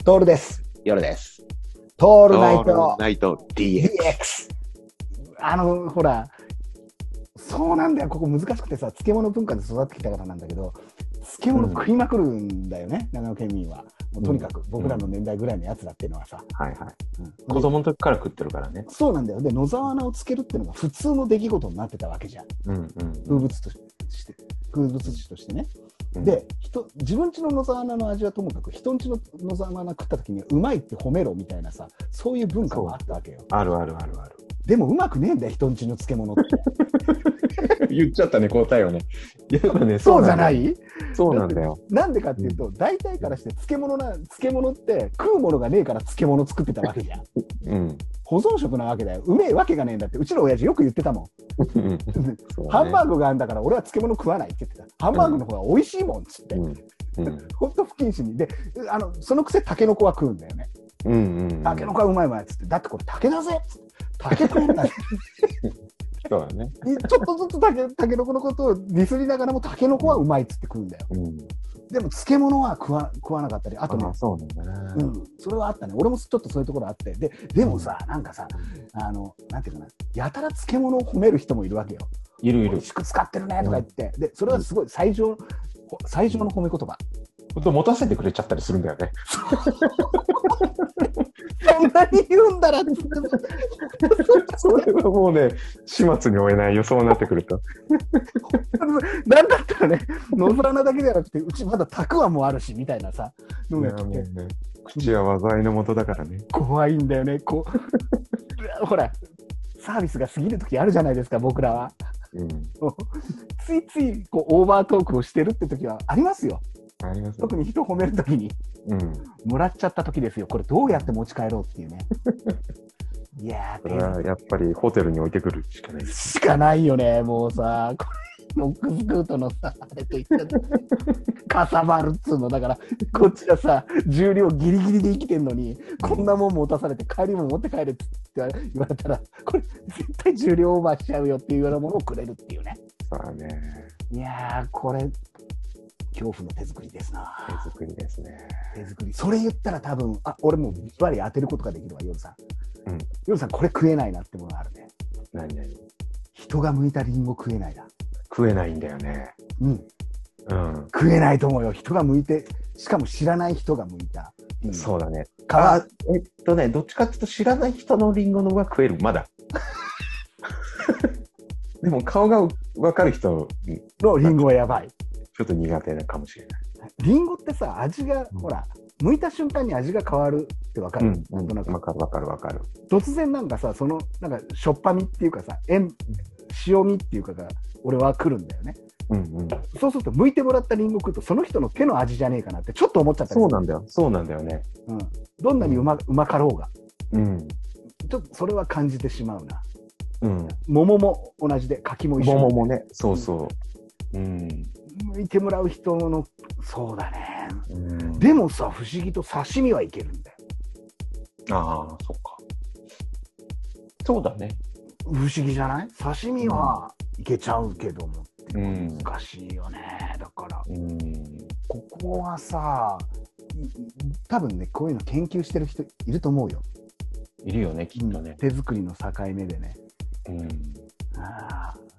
トールです。 夜です。 トールナイオールトナイト DX。 DX。ほら、そうなんだよ。ここ難しくてさ、漬物文化で育ってきたからなんだけど、漬物食いまくるんだよね、長野県民は。もうとにかく僕らの年代ぐらいのやつだっていうのはさ。 はいはい。子供の時から食ってるからね。 そうなんだよ。で、野沢菜をつけるっていうのが普通の出来事になってたわけじゃん。風物詩としてね。で、自分家の野沢菜の味はともかく、人ん家の野沢菜食った時にうまいって褒めろみたいなさ、そういう文化もあったわけよ。 あるあるあるある。 でもうまくねえんだよ、人ん家の漬物って。 言っちゃったね、答えをね。いやね、 そうじゃない？ そうなんだよ。 なんでかっていうと、大体からして漬物って食うものがねえから漬物作ってたわけじゃん。保存食なわけだよ。うめえわけがねえんだって、うちの親父よく言ってたもん。ハンバーグがあるんだから俺は漬物食わないって言ってた。ハンバーグの方が美味しいもんっつって。ほんと不謹慎に。で、そのくせタケノコは食うんだよね。タケノコはうまいっつって。だってこれ竹だぜっつって。竹食うんだぜ。 そうだね。 ちょっとずつタケノコのことをディスりながらもタケノコはうまいっつって食うんだよ。でも漬物は食わなかったり、あとね、 そうなんだね。 それはあったね。俺もちょっとそういうところあって、でもさ、なんかさ、なんていうかな、やたら漬物を褒める人もいるわけよ。 いるいる。 美味しく使ってるねとか言って、で、それはすごい最上の褒め言葉。 持たせてくれちゃったりするんだよね。 そんなに言うんだらってそれはもうね、始末に負えないよ、そうなってくると。 なんだったらね、野沢菜だけじゃなくて、うちまだたくあんもあるしみたいなさ、のが来て、 口は災いのもとだからね。 怖いんだよね。ほら、サービスが過ぎるときあるじゃないですか、僕らは。ついついオーバートークをしてるってときはありますよ。 ありますね。 特に人を褒めるときに、もらっちゃったときですよ。これどうやって持ち帰ろうっていうね。いやー、 それはやっぱりホテルに置いてくるしかない。 しかないよね、もうさ。これモックスクートのさ、あれと一緒でかさばるっつうの。だからこっちはさ、重量ギリギリで生きてんのに、こんなもん持たされて帰りも持って帰れって言われたら、これ絶対重量オーバーしちゃうよっていうようなものをくれるっていうね。 そうだね。 いやー、これ恐怖の手作りですな。 手作りですね。 手作り。それ言ったら多分、俺もズバリ当てることができるわ、ヨルさん。ヨルさん、これ食えないなってものがあるね。 何？ 人が剥いたリンゴ食えないな。 食えないんだよね。 食えないと思うよ。人が剥いて、しかも知らない人が剥いた。 そうだね。どっちかっていうと知らない人のリンゴの方が食える、まだ。でも顔が分かる人のリンゴはやばい。 ちょっと苦手かもしれない。 リンゴってさ、味が、ほら、剥いた瞬間に味が変わるって分かる。 なんとなく。分かる。 突然なんかさ、なんかしょっぱみっていうかさ、塩味っていうかが、俺は来るんだよね。そうすると、剥いてもらったリンゴ食うと、その人の手の味じゃねえかなってちょっと思っちゃったりする。 そうなんだよね。 どんなにうまかろうが。ちょっとそれは感じてしまうな。桃も同じで、柿も一緒。 桃もね、そうそう。 剥いてもらう人の、そうだね。でもさ、不思議と刺身はいけるんだよ。 ああ、そっか。そうだね。 不思議じゃない？刺身はいけちゃうけどもって難しいよね。だから、ここはさ、多分ね、こういうの研究してる人いると思うよ。 いるよね、きっとね。 手作りの境目でね。